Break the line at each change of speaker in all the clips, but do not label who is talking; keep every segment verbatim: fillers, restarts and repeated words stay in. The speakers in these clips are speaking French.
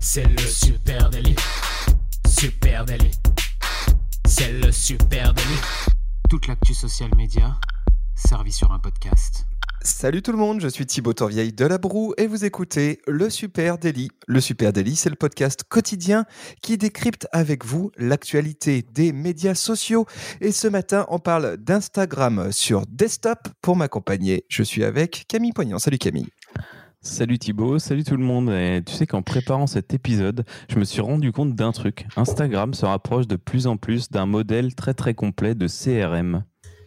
C'est le super délit. Super délit. C'est le super délit. Toute l'actu social média servie sur un podcast.
Salut tout le monde, je suis Thibaut Tourvieille de La Broue et vous écoutez Le Super Délit. Le Super Délit, c'est le podcast quotidien qui décrypte avec vous l'actualité des médias sociaux. Et ce matin, on parle d'Instagram sur desktop. Pour m'accompagner, je suis avec Camille Poignant. Salut Camille.
Salut Thibaut, salut tout le monde. Et tu sais qu'en préparant cet épisode, je me suis rendu compte d'un truc. Instagram se rapproche de plus en plus d'un modèle très très complet de C R M.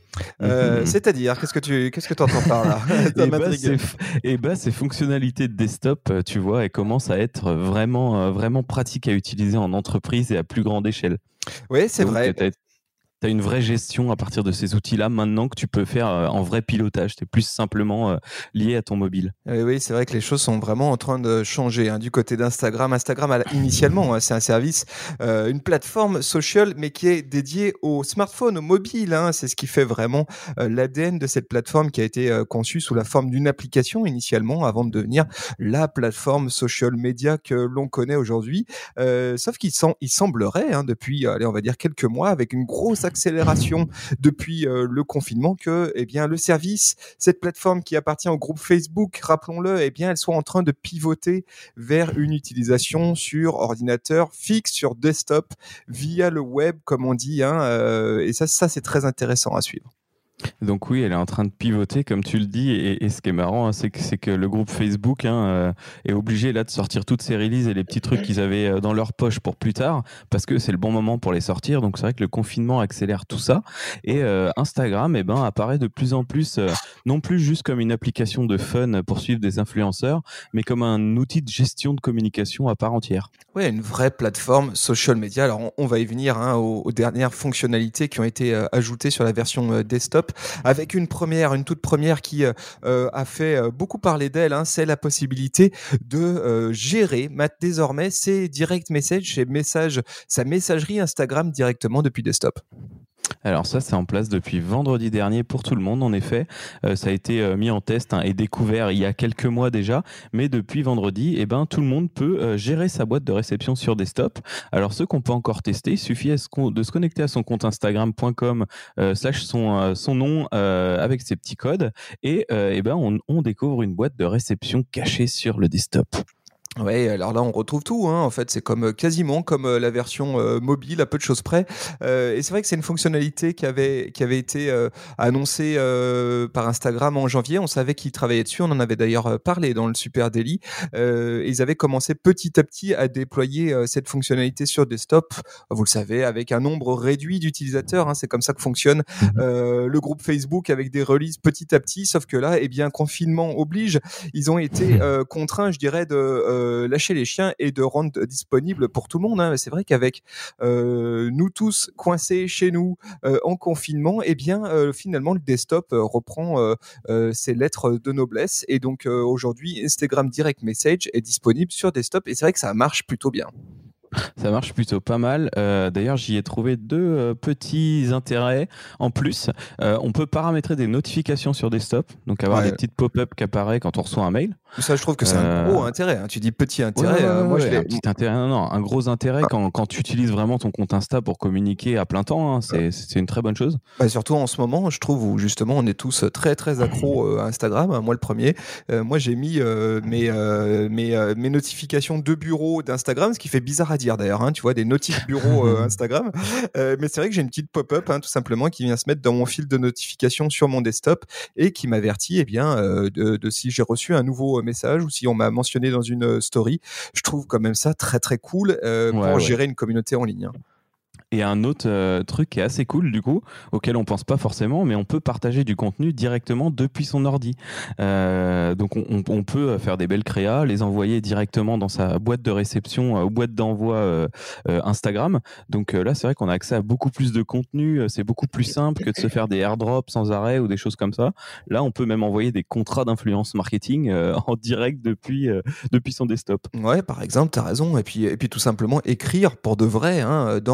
Euh,
Mmh.
C'est-à-dire, qu'est-ce que tu qu'est-ce que tu entends par là?
Et bah, ces, et bah, ces fonctionnalités de desktop, tu vois, elles commencent à être vraiment, euh, vraiment pratiques à utiliser en entreprise et à plus grande échelle.
Oui, c'est
Donc,
vrai.
t'as, t'as une vraie gestion à partir de ces outils-là maintenant que tu peux faire euh, en vrai pilotage. T'es plus simplement euh, lié à ton mobile.
Oui, oui, c'est vrai que les choses sont vraiment en train de changer hein, du côté d'Instagram. Instagram, a- initialement, hein, c'est un service, euh, une plateforme social, mais qui est dédiée au smartphone, au mobile. Hein. C'est ce qui fait vraiment euh, l'A D N de cette plateforme qui a été euh, conçue sous la forme d'une application initialement, avant de devenir la plateforme social media que l'on connaît aujourd'hui. Euh, sauf qu'il sem- il semblerait, hein, depuis, allez, on va dire quelques mois, avec une grosse accélération depuis euh, le confinement, que, eh bien, le service, cette plateforme qui appartient au groupe Facebook, rappelons-le, eh bien, elle soit en train de pivoter vers une utilisation sur ordinateur fixe, sur desktop, via le web, comme on dit, hein, euh, et ça, ça, c'est très intéressant à suivre.
Donc oui, elle est en train de pivoter, comme tu le dis, et, et ce qui est marrant, hein, c'est, que, c'est que le groupe Facebook hein, euh, est obligé là de sortir toutes ces releases et les petits trucs qu'ils avaient euh, dans leur poche pour plus tard, parce que c'est le bon moment pour les sortir. Donc c'est vrai que le confinement accélère tout ça, et euh, Instagram eh ben, apparaît de plus en plus, euh, non plus juste comme une application de fun pour suivre des influenceurs, mais comme un outil de gestion de communication à part entière.
Oui, une vraie plateforme social media. Alors, on, on va y venir hein, aux, aux dernières fonctionnalités qui ont été euh, ajoutées sur la version euh, desktop, avec une première, une toute première qui euh, a fait euh, beaucoup parler d'elle. Hein, c'est la possibilité de euh, gérer mat- désormais ses direct messages, ses messages, sa messagerie Instagram directement depuis desktop.
Alors ça, c'est en place depuis vendredi dernier pour tout le monde, en effet. Euh, ça a été euh, mis en test hein, et découvert il y a quelques mois déjà, mais depuis vendredi, eh ben, tout le monde peut euh, gérer sa boîte de réception sur desktop. Alors ceux qu'on peut encore tester, il suffit à se con- de se connecter à son compte instagram point com euh, slash son, euh, son nom euh, avec ses petits codes, et euh, eh ben, on, on découvre une boîte de réception cachée sur le desktop.
Ouais, alors là on retrouve tout, hein. En fait c'est comme quasiment comme euh, la version euh, mobile à peu de choses près. Euh, et c'est vrai que c'est une fonctionnalité qui avait qui avait été euh, annoncée euh, par Instagram en janvier. On savait qu'ils travaillaient dessus, on en avait d'ailleurs euh, parlé dans le Super Daily. Euh, ils avaient commencé petit à petit à déployer euh, cette fonctionnalité sur desktop. Vous le savez, avec un nombre réduit d'utilisateurs, hein. C'est comme ça que fonctionne euh, le groupe Facebook avec des releases petit à petit. Sauf que là, eh bien confinement oblige, ils ont été euh, contraints, je dirais, de euh, lâcher les chiens et de rendre disponible pour tout le monde. Hein. C'est vrai qu'avec euh, nous tous coincés chez nous euh, en confinement, eh bien euh, finalement le desktop euh, reprend euh, euh, ses lettres de noblesse et donc euh, aujourd'hui Instagram Direct Message est disponible sur desktop et c'est vrai que ça marche plutôt bien.
Ça marche plutôt pas mal. Euh, d'ailleurs, j'y ai trouvé deux euh, petits intérêts en plus. Euh, on peut paramétrer des notifications sur desktop, donc avoir
Ouais.
des petites pop-up qui apparaissent quand on reçoit un mail.
Ça, je trouve que c'est
Euh,
un gros intérêt. Hein. Tu dis petit intérêt.
Ouais, ouais,
euh,
ouais,
moi,
ouais,
je l'ai.
un petit intérêt, non, non, un gros intérêt
Ah.
quand, quand tu utilises vraiment ton compte Insta pour communiquer à plein temps, hein, c'est, c'est une très bonne chose.
Bah, surtout en ce moment, je trouve où justement on est tous très très accros euh, à Instagram. Hein, moi le premier. Euh, moi j'ai mis euh, mes euh, mes euh, mes notifications de bureau d'Instagram, ce qui fait bizarre à dire d'ailleurs. Hein, tu vois des notifs bureau euh, Instagram. Euh, mais c'est vrai que j'ai une petite pop-up hein, tout simplement qui vient se mettre dans mon fil de notification sur mon desktop et qui m'avertit eh bien euh, de, de si j'ai reçu un nouveau message ou si on m'a mentionné dans une story. Je trouve quand même ça très très cool euh,
Ouais,
pour
ouais.
gérer une communauté en ligne. Hein.
Et un autre euh, truc qui est assez cool du coup, auquel on pense pas forcément, mais on peut partager du contenu directement depuis son ordi. Euh, donc on, on peut faire des belles créas, les envoyer directement dans sa boîte de réception euh, ou boîte d'envoi euh, euh, Instagram. Donc euh, là c'est vrai qu'on a accès à beaucoup plus de contenu, c'est beaucoup plus simple que de se faire des airdrops sans arrêt ou des choses comme ça. Là on peut même envoyer des contrats d'influence marketing euh, en direct depuis, euh, depuis son desktop.
Ouais, par exemple, t'as raison. Et puis, et puis tout simplement écrire pour de vrai hein, dans Instagram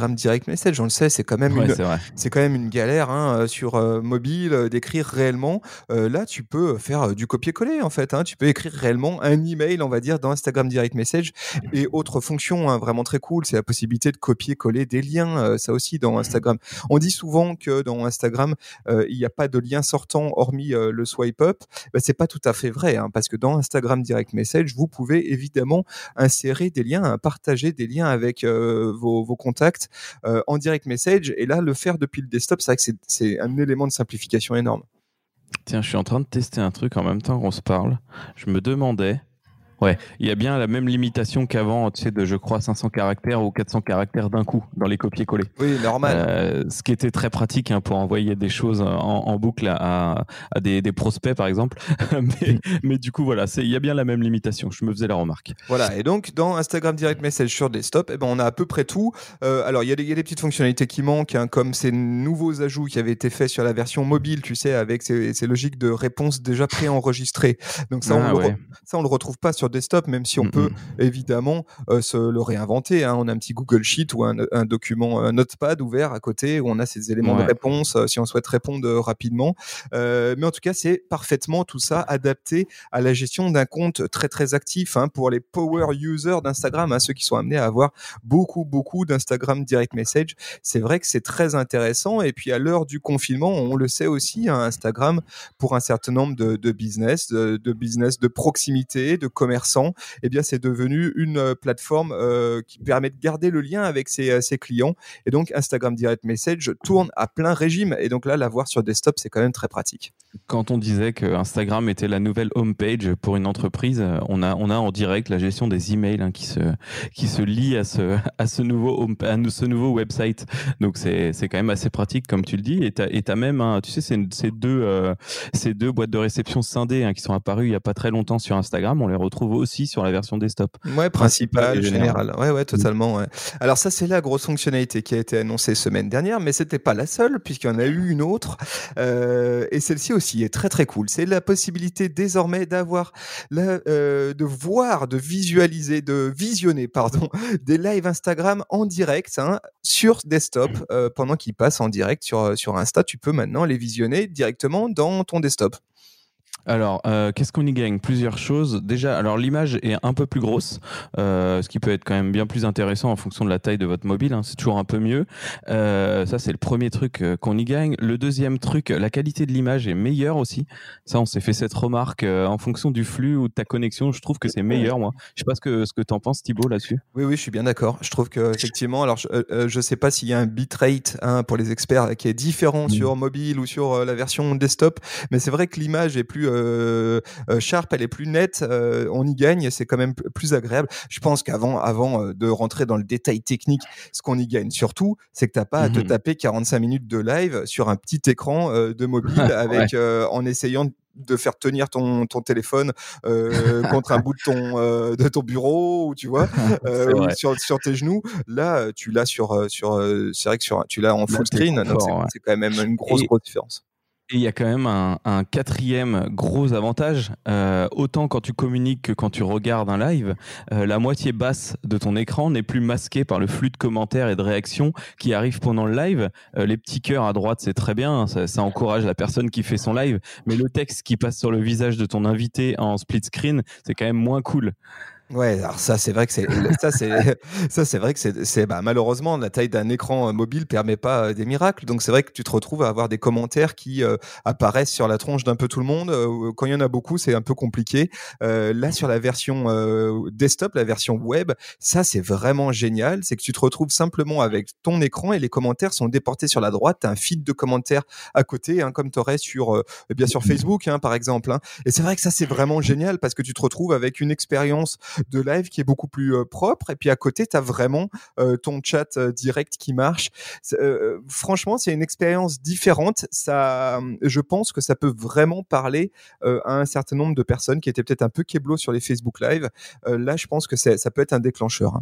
Instagram Direct Message. On le sait, c'est quand même
Ouais,
une,
c'est vrai.
c'est quand même une galère hein, sur euh, mobile euh, d'écrire réellement. Euh, là, tu peux faire euh, du copier-coller en fait. Hein. Tu peux écrire réellement un email, on va dire, dans Instagram Direct Message. Et autre fonction hein, vraiment très cool, c'est la possibilité de copier-coller des liens. Euh, ça aussi dans Instagram. On dit souvent que dans Instagram, euh, il n'y a pas de lien sortant hormis euh, le swipe up. Ben, c'est pas tout à fait vrai, hein, parce que dans Instagram Direct Message, vous pouvez évidemment insérer des liens, hein, partager des liens avec euh, vos, vos contacts euh, en Direct Message. Et là, le faire depuis le desktop, c'est vrai que c'est, c'est un élément de simplification énorme.
Tiens, je suis en train de tester un truc en même temps qu'on se parle. Je me demandais. Ouais, il y a bien la même limitation qu'avant, tu sais, de je crois cinq cents caractères ou quatre cents caractères d'un coup dans les copier-coller.
Oui, normal.
Euh, ce qui était très pratique hein, pour envoyer des choses en, en boucle à, à des, des prospects, par exemple. mais, mais du coup, voilà, il y a bien la même limitation. Je me faisais la remarque.
Voilà, et donc dans Instagram Direct Message sur desktop, eh ben, on a à peu près tout. Euh, alors, il y, y a des petites fonctionnalités qui manquent, hein, comme ces nouveaux ajouts qui avaient été faits sur la version mobile, tu sais, avec ces, ces logiques de réponse déjà préenregistrées. Donc ça,
Ah,
on
ouais.
le, ça, on le retrouve pas sur desktop, même si on
Mm-mm.
peut évidemment euh, se le réinventer. Hein. On a un petit Google Sheet ou un, un document, un Notepad ouvert à côté où on a ces éléments
Ouais.
de réponse euh, si on souhaite répondre euh, rapidement. Euh, mais en tout cas, c'est parfaitement tout ça adapté à la gestion d'un compte très très actif hein, pour les power users d'Instagram, hein, ceux qui sont amenés à avoir beaucoup beaucoup d'Instagram Direct Message. C'est vrai que c'est très intéressant. Et puis à l'heure du confinement, on le sait aussi, hein, Instagram pour un certain nombre de, de business, de, de business de proximité, de commerçants, eh bien c'est devenu une euh, plateforme euh, qui permet de garder le lien avec ses, ses clients. Et donc Instagram Direct Message tourne à plein régime. Et donc là, l'avoir sur desktop, c'est quand même très pratique.
Quand on disait que Instagram était la nouvelle homepage pour une entreprise, on a, on a en direct la gestion des emails hein, qui se, qui se lie à ce, à ce nouveau home, à ce nouveau website. Donc c'est, c'est quand même assez pratique comme tu le dis. Et t'as, et t'as même, hein, tu sais, ces, ces deux, euh, ces deux boîtes de réception scindées hein, qui sont apparues il y a pas très longtemps sur Instagram. On les retrouve aussi sur la version desktop.
Ouais, principal,
et
général. Ouais, ouais, totalement. Ouais. Alors ça, c'est la grosse fonctionnalité qui a été annoncée semaine dernière, mais c'était pas la seule puisqu'il y en a eu une autre. Euh, et celle-ci aussi est très très cool. C'est la possibilité désormais d'avoir, la, euh, de voir, de visualiser, de visionner, pardon, des lives Instagram en direct hein, sur desktop euh, pendant qu'ils passent en direct sur sur Insta. Tu peux maintenant les visionner directement dans ton desktop.
Alors, euh, qu'est-ce qu'on y gagne ? Plusieurs choses. Déjà, alors l'image est un peu plus grosse, euh, ce qui peut être quand même bien plus intéressant en fonction de la taille de votre mobile. Hein, c'est toujours un peu mieux. Euh, ça, c'est le premier truc euh, qu'on y gagne. Le deuxième truc, la qualité de l'image est meilleure aussi. Ça, on s'est fait cette remarque euh, en fonction du flux ou de ta connexion. Je trouve que c'est meilleur, moi. Je sais pas ce que ce que t'en penses, Thibaut, là-dessus.
Oui, oui, je suis bien d'accord. Je trouve que effectivement, alors je, euh, je sais pas s'il y a un bitrate hein, pour les experts qui est différent mmh. sur mobile ou sur euh, la version desktop, mais c'est vrai que l'image est plus euh, euh, sharp, elle est plus nette. Euh, on y gagne, c'est quand même plus agréable. Je pense qu'avant, avant euh, de rentrer dans le détail technique, ce qu'on y gagne surtout, c'est que t'as pas mmh. à te taper quarante-cinq minutes de live sur un petit écran euh, de mobile avec ouais. euh, en essayant de de faire tenir ton, ton téléphone euh, contre un bout de ton, euh, de ton bureau, ou tu vois, euh, ou sur, sur tes genoux. Là, tu l'as sur, sur c'est vrai que sur, tu l'as en full Là, screen, donc c'est, ouais. c'est quand même une grosse, Et... grosse différence.
Et il y a quand même un, un quatrième gros avantage, euh, autant quand tu communiques que quand tu regardes un live, euh, la moitié basse de ton écran n'est plus masquée par le flux de commentaires et de réactions qui arrivent pendant le live. Euh, les petits cœurs à droite, c'est très bien, ça, ça encourage la personne qui fait son live, mais le texte qui passe sur le visage de ton invité en split screen, c'est quand même moins cool.
Ouais, alors ça c'est vrai que c'est ça c'est ça c'est vrai que c'est c'est bah malheureusement la taille d'un écran mobile permet pas euh, des miracles, donc c'est vrai que tu te retrouves à avoir des commentaires qui euh, apparaissent sur la tronche d'un peu tout le monde. Euh, quand il y en a beaucoup, c'est un peu compliqué. Euh, là sur la version euh, desktop, la version web, ça c'est vraiment génial, c'est que tu te retrouves simplement avec ton écran et les commentaires sont déportés sur la droite, t'as un feed de commentaires à côté, hein, comme t'aurais sur euh, bien sur Facebook, hein, par exemple. Hein. Et c'est vrai que ça c'est vraiment génial parce que tu te retrouves avec une expérience de live qui est beaucoup plus euh, propre et puis à côté tu as vraiment euh, ton chat euh, direct qui marche. Euh, franchement, c'est une expérience différente. Ça, je pense que ça peut vraiment parler euh, à un certain nombre de personnes qui étaient peut-être un peu kéblo sur les Facebook Live. Euh, là, je pense que c'est, ça peut être un déclencheur. Hein.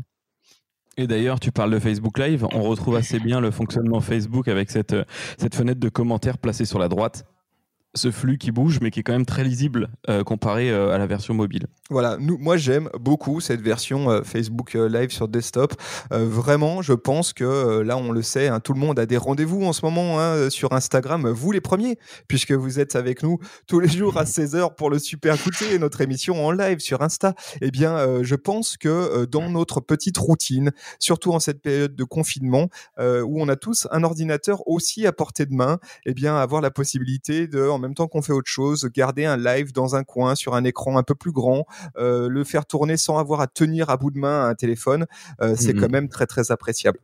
Et d'ailleurs, tu parles de Facebook Live, on retrouve assez bien le fonctionnement Facebook avec cette, cette fenêtre de commentaires placée sur la droite. ce flux qui bouge, mais qui est quand même très lisible euh, comparé euh, à la version mobile.
Voilà, nous, moi j'aime beaucoup cette version euh, Facebook euh, Live sur desktop. Euh, vraiment, je pense que euh, là, on le sait, hein, tout le monde a des rendez-vous en ce moment hein, sur Instagram, vous les premiers, puisque vous êtes avec nous tous les jours à seize heures pour le Super Goûter, notre émission en live sur Insta. Eh bien, euh, je pense que euh, dans notre petite routine, surtout en cette période de confinement, euh, où on a tous un ordinateur aussi à portée de main, eh bien, avoir la possibilité de, en même temps qu'on fait autre chose, garder un live dans un coin sur un écran un peu plus grand, euh, le faire tourner sans avoir à tenir à bout de main un téléphone, euh, c'est mmh. quand même très très appréciable.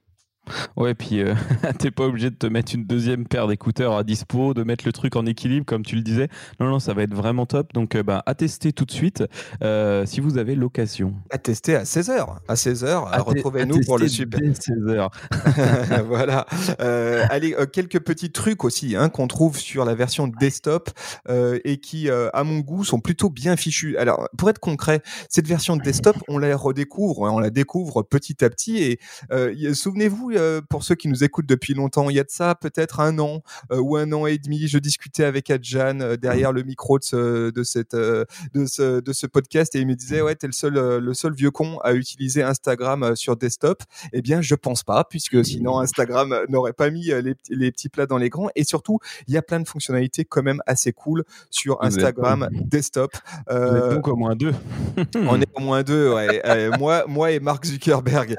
Ouais, puis euh, t'es pas obligé de te mettre une deuxième paire d'écouteurs à dispo, de mettre le truc en équilibre, comme tu le disais. Non, non, ça va être vraiment top. Donc, euh, bah, à tester tout de suite euh, si vous avez l'occasion.
À tester à seize heures. À seize heures, à retrouvez-nous pour le Super.
Dès seize heures.
Voilà. Euh, allez, euh, quelques petits trucs aussi hein, qu'on trouve sur la version desktop euh, et qui, euh, à mon goût, sont plutôt bien fichus. Alors, pour être concret, cette version desktop, on la redécouvre, on la découvre petit à petit. Et euh, souvenez-vous, euh, pour ceux qui nous écoutent depuis longtemps, il y a de ça peut-être un an euh, ou un an et demi, je discutais avec Adjan euh, derrière le micro de ce, de, cette, euh, de, ce, de ce podcast et il me disait ouais, t'es le seul, euh, le seul vieux con à utiliser Instagram euh, sur desktop. Eh bien, je pense pas, puisque sinon Instagram n'aurait pas mis euh, les, les petits plats dans les grands. Et surtout, il y a plein de fonctionnalités quand même assez cool sur Instagram desktop.
Euh, Vous êtes donc au moins deux.
On est au moins deux, ouais. euh, moi, moi et Mark Zuckerberg.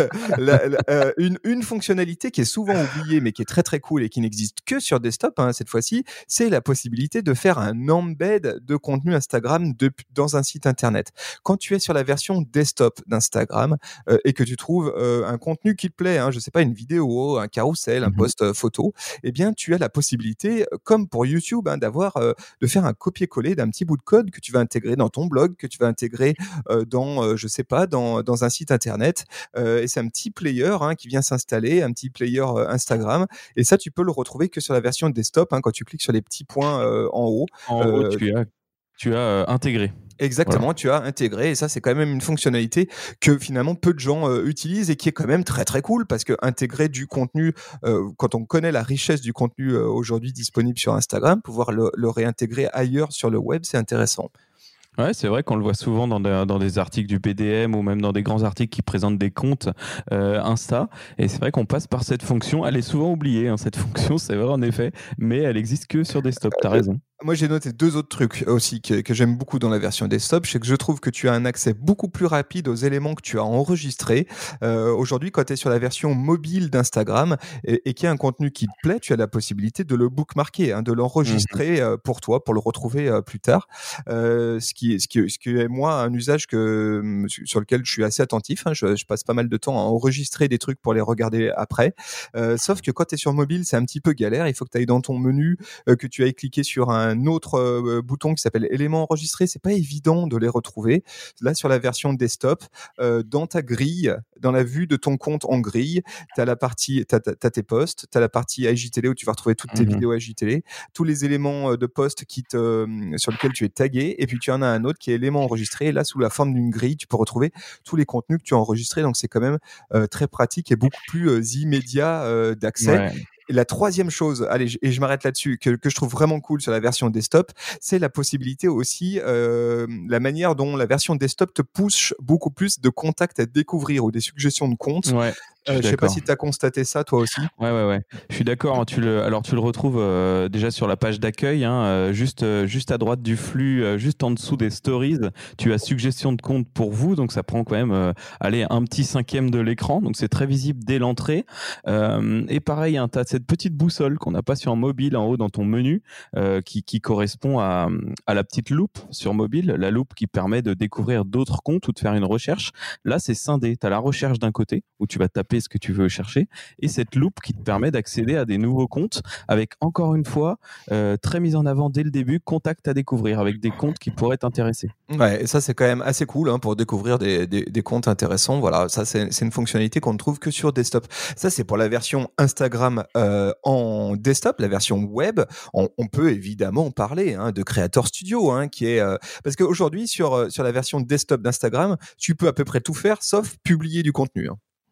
la, la, euh, une, une fonctionnalité qui est souvent oubliée, mais qui est très très cool et qui n'existe que sur desktop hein, cette fois-ci, c'est la possibilité de faire un embed de contenu Instagram de, dans un site internet. Quand tu es sur la version desktop d'Instagram euh, et que tu trouves euh, un contenu qui te plaît, hein, je sais pas, une vidéo, un carrousel, un post euh, photo, eh bien tu as la possibilité, comme pour YouTube, hein, d'avoir, euh, de faire un copier-coller d'un petit bout de code que tu vas intégrer dans ton blog, que tu vas intégrer euh, dans, euh, je sais pas, dans, dans un site internet. Euh, et c'est un petit player hein, qui vient s'installer, un petit player euh, Instagram. Et ça, tu peux le retrouver que sur la version desktop hein, quand tu cliques sur les petits points euh, en haut.
En euh, haut, tu as, tu as euh, intégré.
Exactement, voilà. Tu as intégré et ça c'est quand même une fonctionnalité que finalement peu de gens euh, utilisent et qui est quand même très très cool parce que intégrer du contenu, euh, quand on connaît la richesse du contenu euh, aujourd'hui disponible sur Instagram, pouvoir le, le réintégrer ailleurs sur le web, c'est intéressant.
Ouais, c'est vrai qu'on le voit souvent dans des, dans des articles du P D M ou même dans des grands articles qui présentent des comptes euh, Insta. Et c'est vrai qu'on passe par cette fonction. Elle est souvent oubliée, hein, cette fonction, c'est vrai en effet, mais elle existe que sur desktop. T'as raison.
Moi, j'ai noté deux autres trucs aussi que, que j'aime beaucoup dans la version desktop. C'est que je trouve que tu as un accès beaucoup plus rapide aux éléments que tu as enregistrés. Euh, aujourd'hui, quand tu es sur la version mobile d'Instagram et, et qu'il y a un contenu qui te plaît, tu as la possibilité de le bookmarker, hein, de l'enregistrer mmh. euh, pour toi, pour le retrouver euh, plus tard. Euh, ce qui, ce qui, ce qui est moi un usage que sur lequel je suis assez attentif. Hein. Je, je passe pas mal de temps à enregistrer des trucs pour les regarder après. Euh, sauf que quand tu es sur mobile, c'est un petit peu galère. Il faut que tu ailles dans ton menu, euh, que tu ailles cliquer sur un un autre euh, bouton qui s'appelle éléments enregistrés, c'est pas évident de les retrouver. Là, sur la version desktop, euh, dans ta grille, dans la vue de ton compte en grille, tu as la partie, t'as, t'as tes posts, tu as la partie I G T V où tu vas retrouver toutes tes mmh. vidéos I G T V, tous les éléments de post qui te, euh, sur lesquels tu es tagué, et puis tu en as un autre qui est éléments enregistrés. Et là, sous la forme d'une grille, tu peux retrouver tous les contenus que tu as enregistrés. Donc, c'est quand même euh, très pratique et beaucoup plus euh, immédiat euh, d'accès. Ouais. Et la troisième chose, allez, et je m'arrête là-dessus, que, que je trouve vraiment cool sur la version desktop, c'est la possibilité aussi, euh, la manière dont la version desktop te pousse beaucoup plus de contacts à découvrir ou des suggestions de comptes.
Ouais.
Je ne euh, sais pas si tu as constaté ça toi aussi.
Ouais, ouais, ouais. Je suis d'accord. Tu le, alors, tu le retrouves euh, déjà sur la page d'accueil, hein, euh, juste, euh, juste à droite du flux, euh, juste en dessous des stories. Tu as suggestion de compte pour vous. Donc, ça prend quand même euh, allez, un petit cinquième de l'écran. Donc, c'est très visible dès l'entrée. Euh, et pareil, hein, tu as cette petite boussole qu'on n'a pas sur mobile en haut dans ton menu euh, qui, qui correspond à, à la petite loupe sur mobile. La loupe qui permet de découvrir d'autres comptes ou de faire une recherche. Là, c'est scindé. Tu as la recherche d'un côté où tu vas taper ce que tu veux chercher et cette loupe qui te permet d'accéder à des nouveaux comptes avec encore une fois euh, très mise en avant dès le début, contact à découvrir avec des comptes qui pourraient t'intéresser.
Ouais, et ça c'est quand même assez cool hein, pour découvrir des, des, des comptes intéressants. Voilà, ça c'est, c'est une fonctionnalité qu'on ne trouve que sur desktop. Ça c'est pour la version Instagram euh, en desktop, la version web. On, on peut évidemment parler hein, de Creator Studio, hein, qui est euh, parce qu'aujourd'hui sur sur la version desktop d'Instagram, tu peux à peu près tout faire sauf publier du contenu. Hein.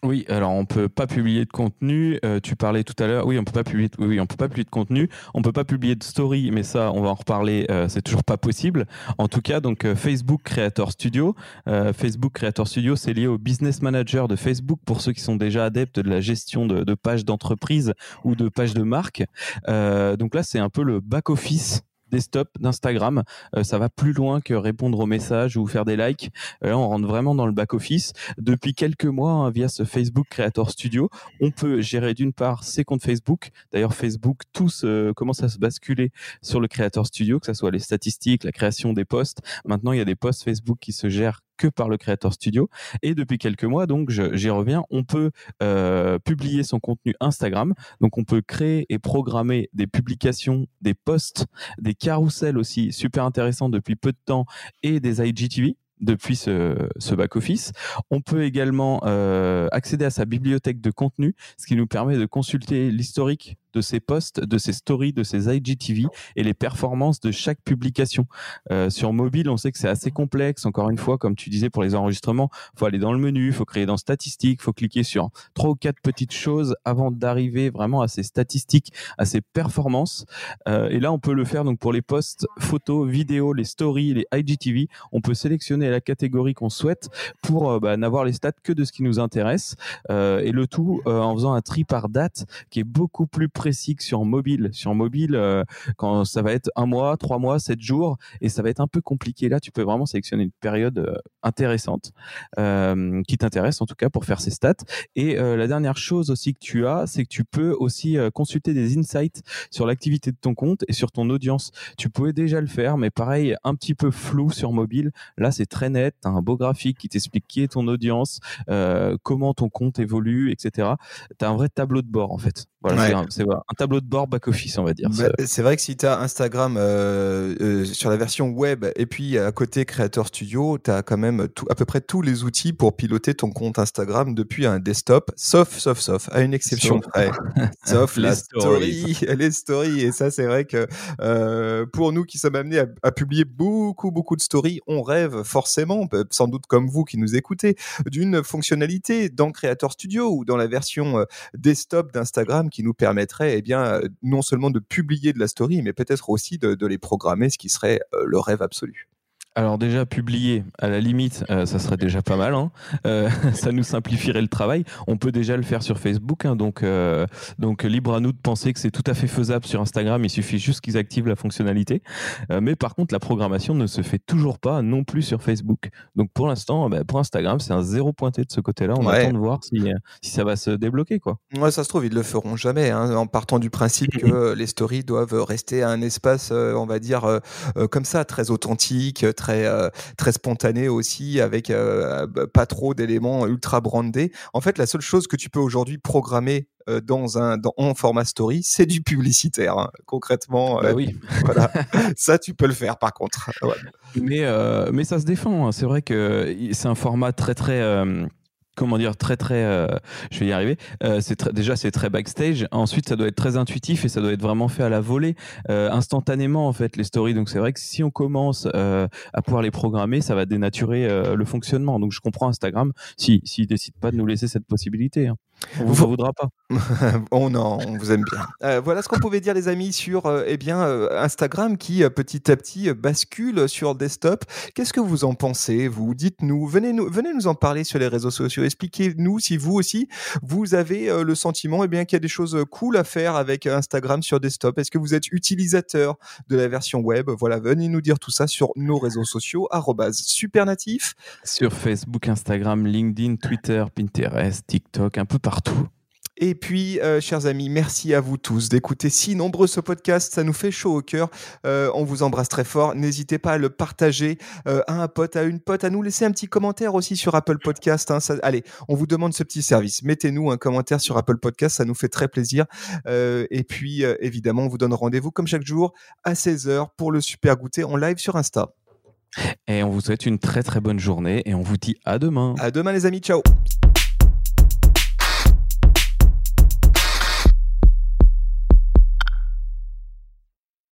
Oui, alors on peut pas publier de contenu. Euh, tu parlais tout à l'heure. Oui, on peut pas publier. De, oui, on peut pas publier de contenu. On peut pas publier de story, mais ça, on va en reparler. Euh, c'est toujours pas possible. En tout cas, donc euh, Facebook Creator Studio. Euh, Facebook Creator Studio, c'est lié au Business Manager de Facebook pour ceux qui sont déjà adeptes de la gestion de, de pages d'entreprise ou de pages de marque. Euh, donc là, c'est un peu le back office desktop d'Instagram. Euh, ça va plus loin que répondre aux messages ou faire des likes. Euh, là, on rentre vraiment dans le back-office. Depuis quelques mois, hein, via ce Facebook Creator Studio, on peut gérer d'une part ses comptes Facebook. D'ailleurs, Facebook, tous euh, commencent à se basculer sur le Creator Studio, que ce soit les statistiques, la création des posts. Maintenant, il y a des posts Facebook qui se gèrent que par le Creator Studio. Et depuis quelques mois, donc je, j'y reviens, on peut euh, publier son contenu Instagram. Donc on peut créer et programmer des publications, des posts, des carousels aussi super intéressants depuis peu de temps et des I G T V depuis ce, ce back-office. On peut également euh, accéder à sa bibliothèque de contenu, ce qui nous permet de consulter l'historique de ses posts, de ses stories, de ses I G T V et les performances de chaque publication. Euh, sur mobile, on sait que c'est assez complexe. Encore une fois, comme tu disais pour les enregistrements, il faut aller dans le menu, il faut créer dans statistiques, il faut cliquer sur trois ou quatre petites choses avant d'arriver vraiment à ces statistiques, à ces performances. Euh, et là, on peut le faire donc pour les posts, photos, vidéos, les stories, les I G T V. On peut sélectionner la catégorie qu'on souhaite pour euh, bah, n'avoir les stats que de ce qui nous intéresse. Euh, et le tout euh, en faisant un tri par date qui est beaucoup plus précis que sur mobile. Sur mobile, euh, quand ça va être un mois, trois mois, sept jours, et ça va être un peu compliqué. Là, tu peux vraiment sélectionner une période euh, intéressante, euh, qui t'intéresse en tout cas pour faire ces stats. Et euh, la dernière chose aussi que tu as, c'est que tu peux aussi euh, consulter des insights sur l'activité de ton compte et sur ton audience. Tu pouvais déjà le faire, mais pareil, un petit peu flou sur mobile. Là, c'est très net. Tu as un beau graphique qui t'explique qui est ton audience, euh, comment ton compte évolue, et cetera. Tu as un vrai tableau de bord en fait. Voilà, ouais. c'est, un, c'est un tableau de bord back-office, on va dire.
Bah, c'est vrai que si tu as Instagram euh, euh, sur la version web et puis à côté Creator Studio, tu as quand même tout, à peu près tous les outils pour piloter ton compte Instagram depuis un desktop, sauf, sauf, sauf, à une exception
sauf,
près. Sauf la story, les stories. Et ça, c'est vrai que euh, pour nous qui sommes amenés à, à publier beaucoup, beaucoup de stories, on rêve forcément, sans doute comme vous qui nous écoutez, d'une fonctionnalité dans Creator Studio ou dans la version euh, desktop d'Instagram qui nous permettrait eh bien, non seulement de publier de la story, mais peut-être aussi de, de les programmer, ce qui serait euh, le rêve absolu.
Alors déjà, publier, à la limite, euh, ça serait déjà pas mal. Hein. Euh, ça nous simplifierait le travail. On peut déjà le faire sur Facebook. Hein, donc, euh, donc, libre à nous de penser que c'est tout à fait faisable sur Instagram. Il suffit juste qu'ils activent la fonctionnalité. Euh, mais par contre, la programmation ne se fait toujours pas non plus sur Facebook. Donc pour l'instant, bah, pour Instagram, c'est un zéro pointé de ce côté-là. On ouais. attend de voir si, si ça va se débloquer, quoi.
Ouais, ça se trouve, ils le feront jamais, hein, en partant du principe que les stories doivent rester un espace, euh, on va dire, euh, euh, comme ça, très authentique, très euh, très spontané aussi, avec euh, pas trop d'éléments ultra brandés. En fait, la seule chose que tu peux aujourd'hui programmer euh, dans un dans en format story, c'est du publicitaire. Hein. Concrètement,
bah
euh,
oui.
Voilà, ça tu peux le faire par contre. Ouais.
Mais euh, mais ça se défend. Hein. C'est vrai que c'est un format très très euh... comment dire, très très euh, je vais y arriver, euh, c'est très, déjà c'est très backstage, ensuite ça doit être très intuitif et ça doit être vraiment fait à la volée, euh, instantanément en fait les stories. Donc c'est vrai que si on commence euh, à pouvoir les programmer, ça va dénaturer euh, le fonctionnement. Donc je comprends Instagram si s'ils décident pas de nous laisser cette possibilité, hein. On vous en voudra pas.
Oh non, on vous aime bien. Euh, voilà ce qu'on pouvait dire les amis sur euh, eh bien euh, Instagram qui euh, petit à petit euh, bascule sur le desktop. Qu'est-ce que vous en pensez? Vous dites-nous, venez nous venez nous en parler sur les réseaux sociaux. Expliquez-nous si vous aussi vous avez euh, le sentiment eh bien qu'il y a des choses cool à faire avec Instagram sur desktop. Est-ce que vous êtes utilisateur de la version web? Voilà, venez nous dire tout ça sur nos réseaux sociaux arobase supernatif
sur Facebook, Instagram, LinkedIn, Twitter, Pinterest, TikTok, un peu partout. Partout.
Et puis, euh, chers amis, merci à vous tous d'écouter si nombreux ce podcast. Ça nous fait chaud au cœur. Euh, on vous embrasse très fort. N'hésitez pas à le partager euh, à un pote, à une pote, à nous laisser un petit commentaire aussi sur Apple Podcast. Hein. Ça, allez, on vous demande ce petit service. Mettez-nous un commentaire sur Apple Podcast. Ça nous fait très plaisir. Euh, et puis, euh, évidemment, on vous donne rendez-vous comme chaque jour à seize heures pour le Super Goûter en live sur Insta.
Et on vous souhaite une très très bonne journée et on vous dit à demain.
À demain les amis. Ciao.